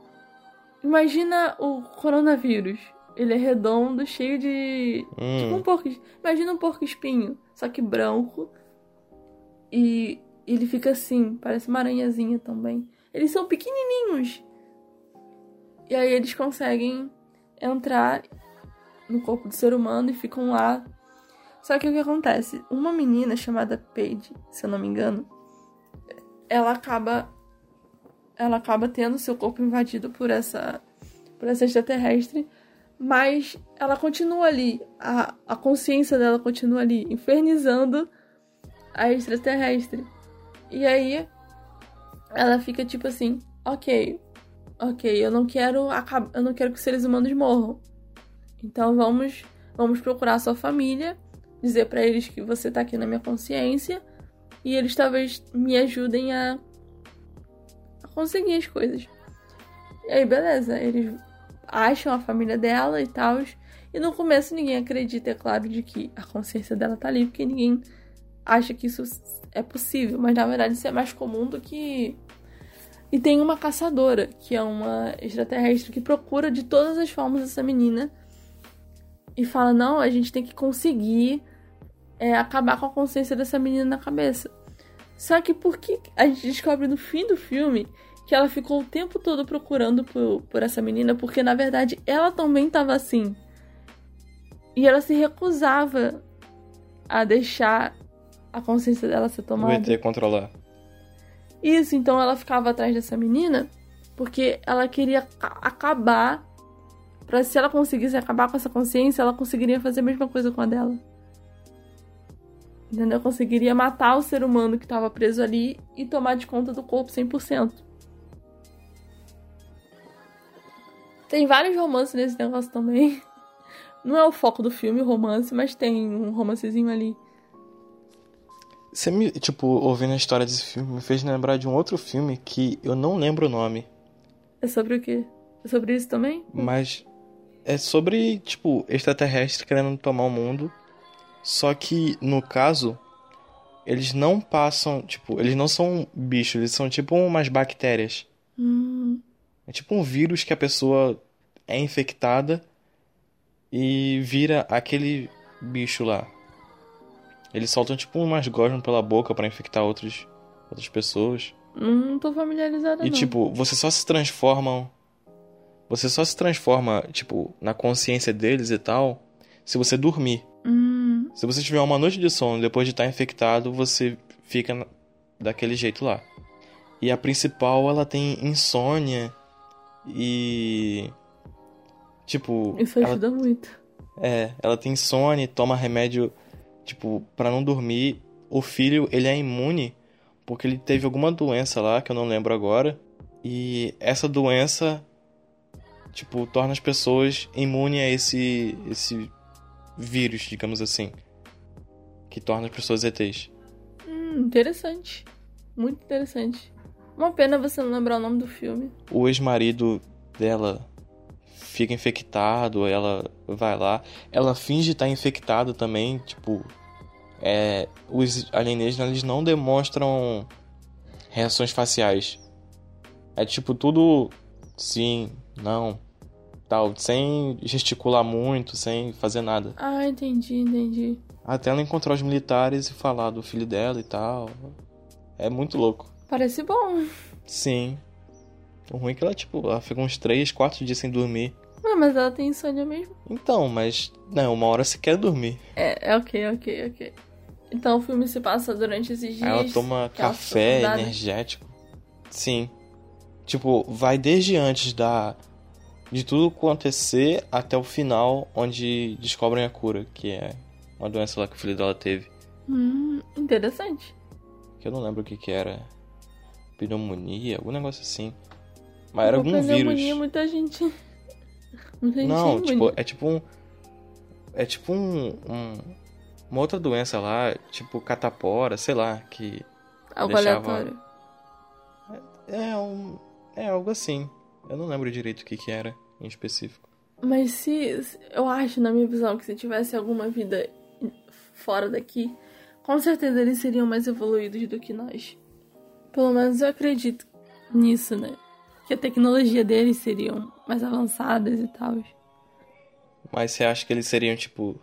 Imagina o coronavírus. Ele é redondo, cheio de... Tipo um porco... Imagina um porco-espinho, só que branco. E ele fica assim, parece uma aranhazinha também. Eles são pequenininhos. E aí eles conseguem entrar no corpo do ser humano e ficam lá. Só que o que acontece? Uma menina chamada Paige, se eu não me engano, ela acaba tendo seu corpo invadido por essa extraterrestre, mas ela continua ali, a consciência dela continua ali, infernizando a extraterrestre. E aí ela fica tipo assim, ok, eu não quero que os seres humanos morram. Então vamos procurar a sua família, dizer pra eles que você tá aqui na minha consciência e eles talvez me ajudem a conseguir as coisas. E aí, beleza, eles acham a família dela e tal. E no começo ninguém acredita, é claro, de que a consciência dela tá ali, porque ninguém acha que isso é possível. Mas na verdade isso é mais comum do que... E tem uma caçadora, que é uma extraterrestre, que procura de todas as formas essa menina. E fala, não, a gente tem que conseguir acabar com a consciência dessa menina na cabeça. Só que por que a gente descobre no fim do filme que ela ficou o tempo todo procurando por essa menina, porque na verdade ela também estava assim. E ela se recusava a deixar a consciência dela ser tomada. O ET controlar. Isso, então ela ficava atrás dessa menina porque ela queria acabar. Se ela conseguisse acabar com essa consciência, ela conseguiria fazer a mesma coisa com a dela. Entendeu? Conseguiria matar o ser humano que estava preso ali e tomar de conta do corpo 100%. Tem vários romances nesse negócio também. Não é o foco do filme, o romance, mas tem um romancezinho ali. Você me, ouvindo a história desse filme, me fez lembrar de um outro filme que eu não lembro o nome. É sobre o quê? É sobre isso também? Mas é sobre, extraterrestre querendo tomar o mundo. Só que, no caso, eles não passam, eles não são bichos, eles são umas bactérias. É tipo um vírus que a pessoa é infectada e vira aquele bicho lá. Eles soltam umas gosmas pela boca pra infectar outras pessoas. Não tô familiarizada, não. E você só se transforma, na consciência deles e tal, se você dormir. Se você tiver uma noite de sono depois de estar infectado, você fica daquele jeito lá. E a principal, ela tem insônia e... Isso ajuda muito. Ela tem insônia e toma remédio, pra não dormir o filho, ele é imune porque ele teve alguma doença lá, que eu não lembro agora. E essa doença, tipo, torna as pessoas imunes a esse vírus, digamos assim. Que torna as pessoas ETs. Interessante. Muito interessante. Uma pena você não lembrar o nome do filme. O ex-marido dela fica infectado, ela vai lá. Ela finge estar infectada também, tipo... os alienígenas, eles não demonstram reações faciais. É tipo tudo sim, não, tal, sem gesticular muito, sem fazer nada. Ah, entendi. Até ela encontrar os militares e falar do filho dela e tal. É muito louco. Parece bom. Sim. O ruim é que ela, tipo, ela fica uns 3, 4 dias sem dormir. Mas ela tem insônia mesmo. Então, mas... Não, uma hora se quer dormir. Ok. Então o filme se passa durante esses dias. Aí ela toma café energético. Sim. Tipo, vai desde antes de tudo acontecer até o final, onde descobrem a cura, que é uma doença lá que o filho dela teve. Interessante. Que eu não lembro o que era. Pneumonia, algum negócio assim. Mas era algum pneumonia, vírus. muita gente Não, tipo, imune. é tipo uma outra doença lá, tipo catapora, sei lá, que Algo deixava... aleatório. É algo assim. Eu não lembro direito o que era em específico. Mas se eu acho, na minha visão, que se tivesse alguma vida fora daqui, com certeza eles seriam mais evoluídos do que nós. Pelo menos eu acredito nisso, né? Que a tecnologia deles seriam mais avançadas e tal. Mas você acha que eles seriam, tipo,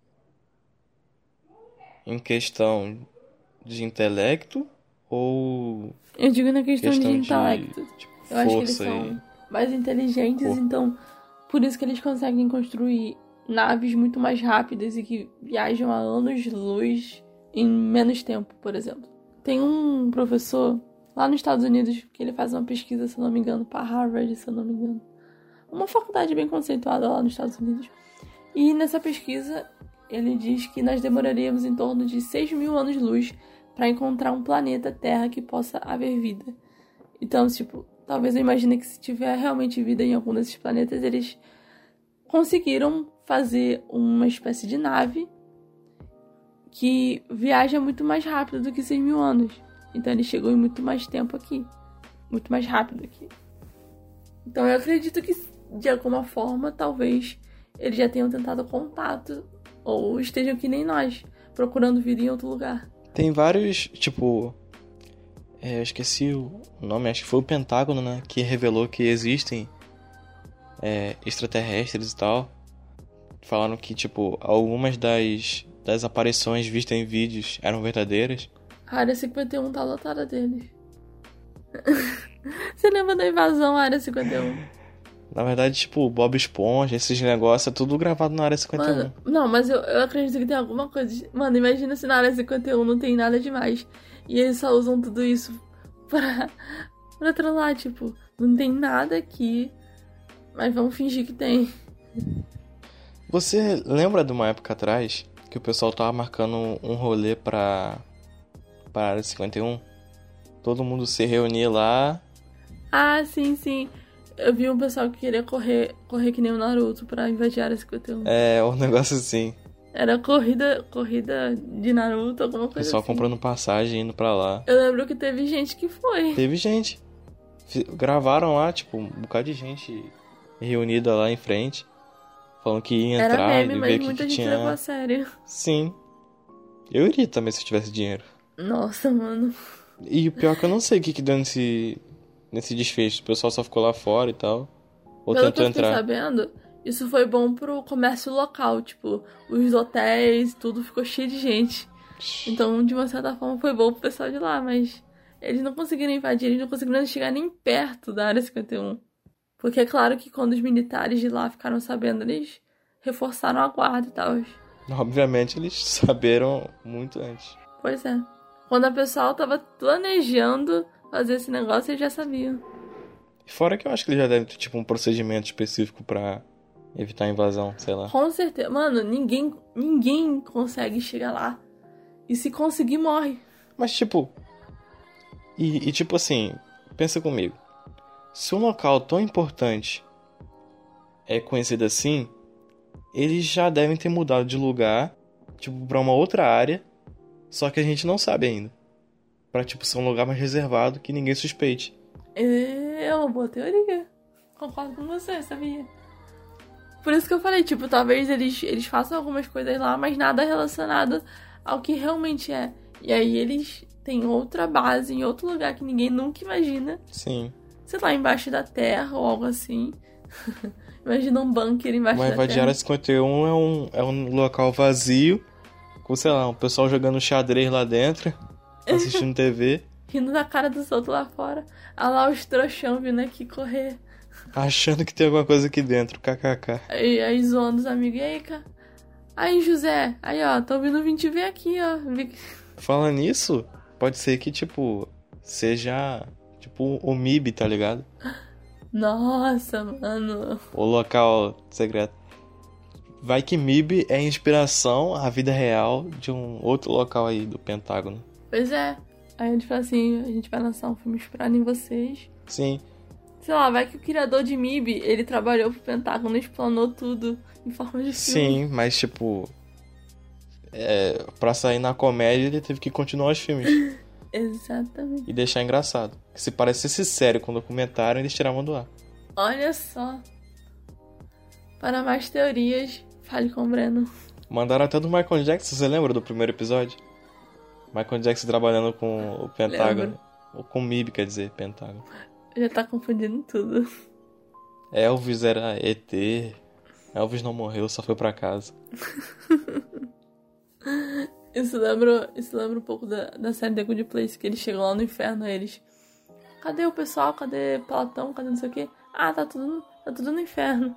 em questão de intelecto ou Eu digo na questão de questão intelecto. tipo, Eu acho que eles força são mais inteligentes, corpo? então por isso que eles conseguem construir naves muito mais rápidas e que viajam a anos-luz em menos tempo, por exemplo. Tem um professor lá nos Estados Unidos que ele faz uma pesquisa, se eu não me engano, para Harvard, se eu não me engano. Uma faculdade bem conceituada lá nos Estados Unidos. E nessa pesquisa ele diz que nós demoraríamos em torno de 6.000 anos-luz para encontrar um planeta Terra que possa haver vida. Então, tipo, talvez eu imagine que se tiver realmente vida em algum desses planetas, eles conseguiram fazer uma espécie de nave que viaja muito mais rápido do que 6.000 anos. Então ele chegou em muito mais tempo aqui. Muito mais rápido aqui. Então eu acredito que, de alguma forma, talvez eles já tenham tentado contato. Ou estejam que nem nós, procurando vida em outro lugar. Tem vários, tipo... eu esqueci o nome, acho que foi o Pentágono, né? Que revelou que existem extraterrestres e tal. Falaram que, tipo, algumas das aparições vistas em vídeos eram verdadeiras. A Área 51 tá lotada deles. Você lembra da invasão à Área 51? Na verdade, tipo, Bob Esponja, esses negócios, é tudo gravado na Área 51. Mano, não, mas eu acredito que tem alguma coisa. Mano, imagina se na Área 51 não tem nada demais. E eles só usam tudo isso pra trollar, tipo, não tem nada aqui, mas vamos fingir que tem. Você lembra de uma época atrás que o pessoal tava marcando um rolê pra Área 51? Todo mundo se reunia lá. Ah, sim. Eu vi um pessoal que queria correr que nem o Naruto pra invadir a Área 51. Um negócio assim. Era corrida de Naruto, alguma coisa assim. O pessoal comprando passagem e indo pra lá. Eu lembro que teve gente que foi. Teve gente. Gravaram lá, tipo, um bocado de gente reunida lá em frente. Falando que ia Era entrar meme, e mas ver o muita que gente tinha. levou a sério. Sim. Eu iria também se eu tivesse dinheiro. Nossa, mano. E o pior é que eu não sei o que deu nesse desfecho. O pessoal só ficou lá fora e tal. Ou Pelo que tentou eu fiquei entrar. sabendo, isso foi bom pro comércio local. Tipo, os hotéis, tudo ficou cheio de gente. Então, de uma certa forma, foi bom pro pessoal de lá, mas eles não conseguiram invadir, eles não conseguiram chegar nem perto da Área 51. Porque é claro que quando os militares de lá ficaram sabendo, eles reforçaram a guarda e tal. Obviamente eles saberam muito antes. Pois é. Quando a pessoa tava planejando fazer esse negócio, eles já sabiam. Fora que eu acho que eles já devem ter tipo um procedimento específico pra evitar a invasão, sei lá. Com certeza. Mano, ninguém consegue chegar lá E se conseguir, morre. Mas, tipo... E tipo assim, pensa comigo. Se um local tão importante é conhecido assim, eles já devem ter mudado de lugar, tipo, pra uma outra área, só que a gente não sabe ainda. Pra, tipo, ser um lugar mais reservado que ninguém suspeite. É uma boa teoria. Concordo com você, sabia? Por isso que eu falei, tipo, talvez eles façam algumas coisas lá, mas nada relacionado ao que realmente é. E aí eles têm outra base em outro lugar que ninguém nunca imagina. Sim. Sei lá, embaixo da terra ou algo assim. Imagina um bunker embaixo Mas da vai de terra. Área 51 é um local vazio, com, sei lá, um pessoal jogando xadrez lá dentro, assistindo TV, Rindo da cara dos outros lá fora. Ah lá os trouxão vindo aqui correr. achando que tem alguma coisa aqui dentro, kkk. Aí zoando os amigos. E aí, cara? Aí, José. Aí, ó, tô vindo vir te ver aqui, ó. Falando nisso, pode ser que, tipo, seja, tipo, o MIB, tá ligado? Nossa, mano. O local secreto. Vai que MIB é inspiração à vida real de um outro local aí do Pentágono. Pois é. Aí a gente fala assim, a gente vai lançar um filme inspirado em vocês. Sim, Sei lá, vai que o criador de MIB, ele trabalhou pro Pentágono e explanou tudo em forma de filme. sim, mas, tipo, pra sair na comédia ele teve que continuar os filmes. Exatamente. E deixar engraçado. Se parecesse sério com o documentário, eles tiravam do ar. Olha só. Para mais teorias, fale com o Breno. Mandaram até do Michael Jackson, você lembra do primeiro episódio? Michael Jackson trabalhando com o Pentágono. Lembro. Ou com o MIB, quer dizer, Pentágono. Já tá confundindo tudo. Elvis era ET. Elvis não morreu, só foi pra casa. Isso lembra um pouco da série The Good Place, que eles chegam lá no inferno, eles... Cadê o pessoal? Cadê Platão? Cadê não sei o quê? Ah, tá tudo no inferno.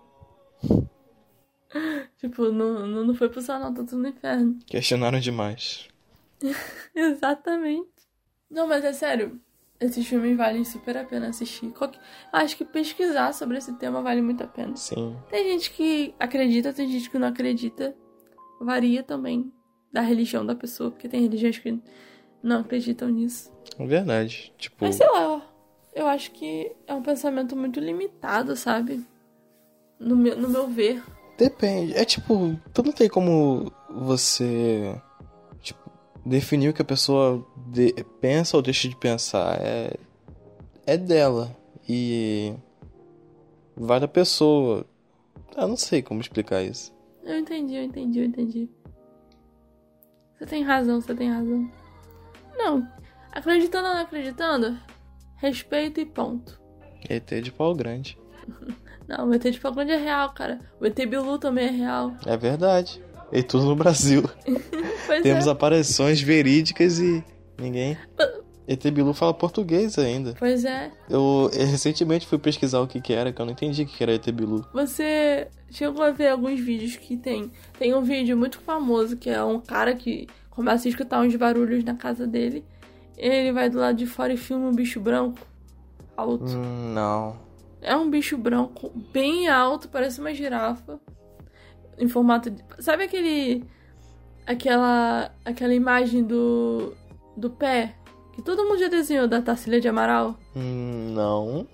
Tipo, não foi pro céu não, tá tudo no inferno. Questionaram demais. Exatamente. Não, mas é sério. Esses filmes valem super a pena assistir. Acho que pesquisar sobre esse tema vale muito a pena. Sim. Tem gente que acredita, tem gente que não acredita. Varia também da religião da pessoa, porque tem religiões que não acreditam nisso. É verdade. Tipo, Mas sei lá, eu acho que é um pensamento muito limitado, sabe? No meu ver. depende. É tipo, tu não tem como você, tipo, definir o que a pessoa pensa ou deixa de pensar. É dela. E vai da pessoa. Eu não sei como explicar isso. Eu entendi. Você tem razão. Não, acreditando ou não acreditando, respeito e ponto. ET de pau grande. Não, o ET de Pau Grande é real, cara. O ET Bilu também é real. É verdade. E tudo no Brasil. Pois Temos é. aparições verídicas e ninguém... ET Bilu fala português ainda. Pois é. Eu recentemente fui pesquisar o que era, que eu não entendi o que era ET Bilu. Você chegou a ver alguns vídeos que tem. Tem um vídeo muito famoso que é um cara que começa a escutar uns barulhos na casa dele. Ele vai do lado de fora e filma um bicho branco alto. Não. É um bicho branco bem alto, parece uma girafa. Em formato de... Sabe aquela imagem do pé? Que todo mundo já desenhou da Tarsila de Amaral? Não.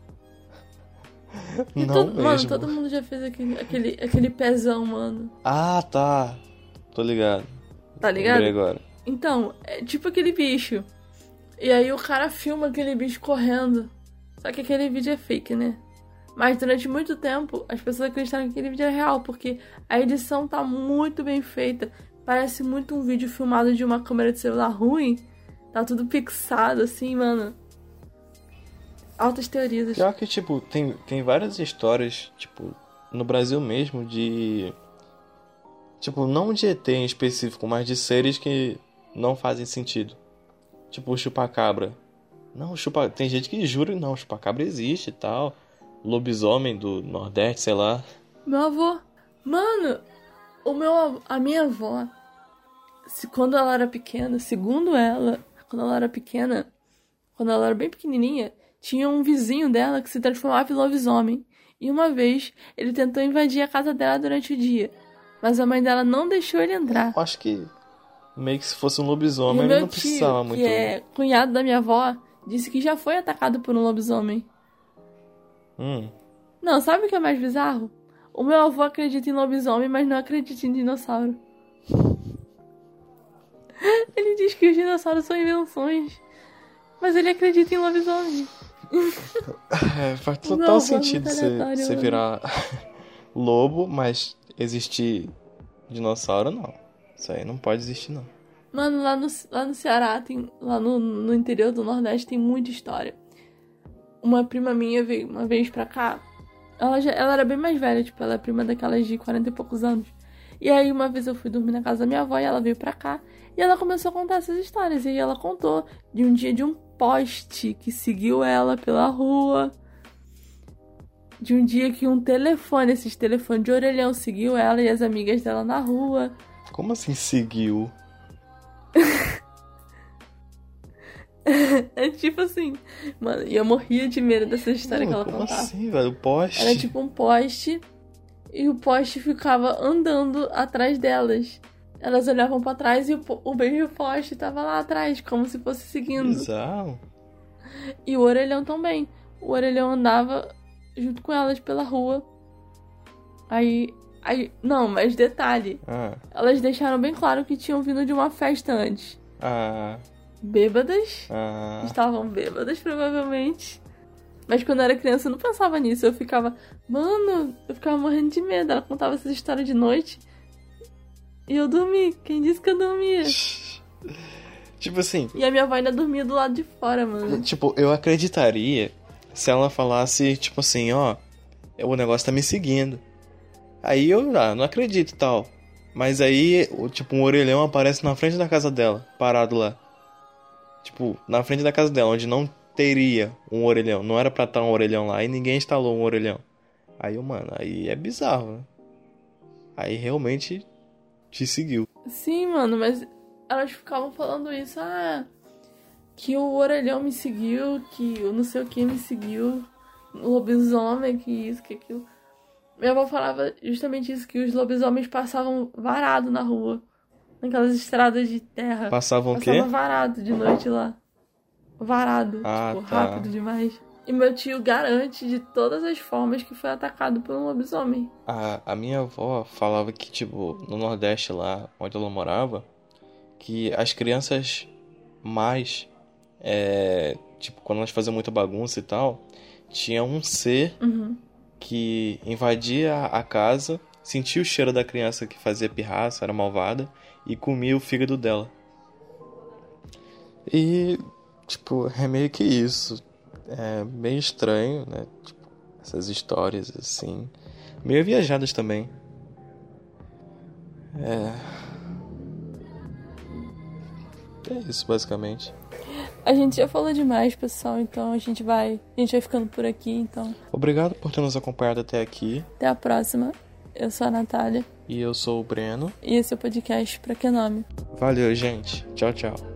Que Não mesmo. Mano, todo mundo já fez aquele pezão, mano. Ah, tá. Tô ligado. Tá ligado? Lembrei agora. Então, é tipo aquele bicho. E aí o cara filma aquele bicho correndo. Só que aquele vídeo é fake, né? Mas durante muito tempo, as pessoas acreditaram que aquele vídeo era real, porque a edição tá muito bem feita. Parece muito um vídeo filmado de uma câmera de celular ruim. Tá tudo pixado, assim, mano. Altas teorias. Pior que, tipo, tem várias histórias, tipo, no Brasil mesmo, de... Tipo, não de ET em específico, mas de seres que não fazem sentido. Tipo o chupacabra. Não, tem gente que jura que não, o chupacabra existe e tal. Lobisomem do Nordeste, sei lá. Meu avô. Mano, a minha avó, quando ela era pequena, segundo ela, quando ela era pequena, quando ela era bem pequenininha, tinha um vizinho dela que se transformava em lobisomem. E uma vez, ele tentou invadir a casa dela durante o dia. Mas a mãe dela não deixou ele entrar. Acho que Meio que se fosse um E lobisomem, o ele meu não precisava tio, muito. que é cunhado da minha avó, disse que já foi atacado por um lobisomem. Não, sabe o que é mais bizarro? O meu avô acredita em lobisomem, mas não acredita em dinossauro. Ele diz que os dinossauros são invenções, mas ele acredita em lobisomem. Faz Meu total avô é sentido muito aleatório, você mano. virar lobo, mas existir dinossauro, não. Isso aí não pode existir, não. Mano, lá no Ceará, lá no interior do Nordeste, tem muita história. Uma prima minha veio uma vez pra cá. Ela era bem mais velha, tipo, ela é prima daquelas de 40 e poucos anos. E aí, uma vez eu fui dormir na casa da minha avó e ela veio pra cá. E ela começou a contar essas histórias. E aí ela contou de um dia de um poste que seguiu ela pela rua. De um dia que um telefone, esses telefones de orelhão, seguiu ela e as amigas dela na rua. Como assim seguiu? É tipo assim, mano, e eu morria de medo dessa história que ela Como contava. assim, velho? O poste? Era tipo um poste e o poste ficava andando atrás delas. Elas olhavam pra trás e o mesmo poste tava lá atrás, como se fosse seguindo. Bizarro. E o orelhão também. O orelhão andava junto com elas pela rua. Aí não, mas detalhe. Elas deixaram bem claro que tinham vindo de uma festa antes. Bêbadas. Estavam bêbadas, provavelmente. Mas quando eu era criança eu não pensava nisso. Eu ficava morrendo de medo. Ela contava essas histórias de noite. E eu dormi. Quem disse que eu dormia? Tipo assim... E a minha avó ainda dormia do lado de fora, mano. Tipo, eu acreditaria se ela falasse, tipo assim, ó... O negócio tá me seguindo. Aí eu não acredito e tal. Mas aí, tipo, um orelhão aparece na frente da casa dela. Parado lá. Tipo, na frente da casa dela, onde não teria um orelhão. Não era pra estar um orelhão lá e ninguém instalou um orelhão. Aí, mano, aí é bizarro, né? Aí realmente te seguiu. Sim, mano, mas elas ficavam falando isso. Que o orelhão me seguiu, que o não sei o que me seguiu. O lobisomem, que isso, que aquilo. Minha avó falava justamente isso, que os lobisomens passavam varado na rua. Naquelas estradas de terra. Passavam o quê? Passava varado de noite lá. Varado. Tá. Rápido demais. E meu tio garante de todas as formas que foi atacado por um lobisomem. A minha avó falava que, tipo, no Nordeste lá, onde ela morava, que as crianças mais, tipo, quando elas faziam muita bagunça e tal, tinha um ser que invadia a casa, sentia o cheiro da criança que fazia pirraça, era malvada, e comia o fígado dela. E, tipo, é meio que isso. É meio estranho, né? Tipo, essas histórias, assim. Meio viajadas também. É isso, basicamente. A gente já falou demais, pessoal, então a gente vai ficando por aqui, então. Obrigado por ter nos acompanhado até aqui. Até a próxima. Eu sou a Natália. E eu sou o Breno. E esse é o podcast Pra Que Nome? Valeu, gente. Tchau, tchau.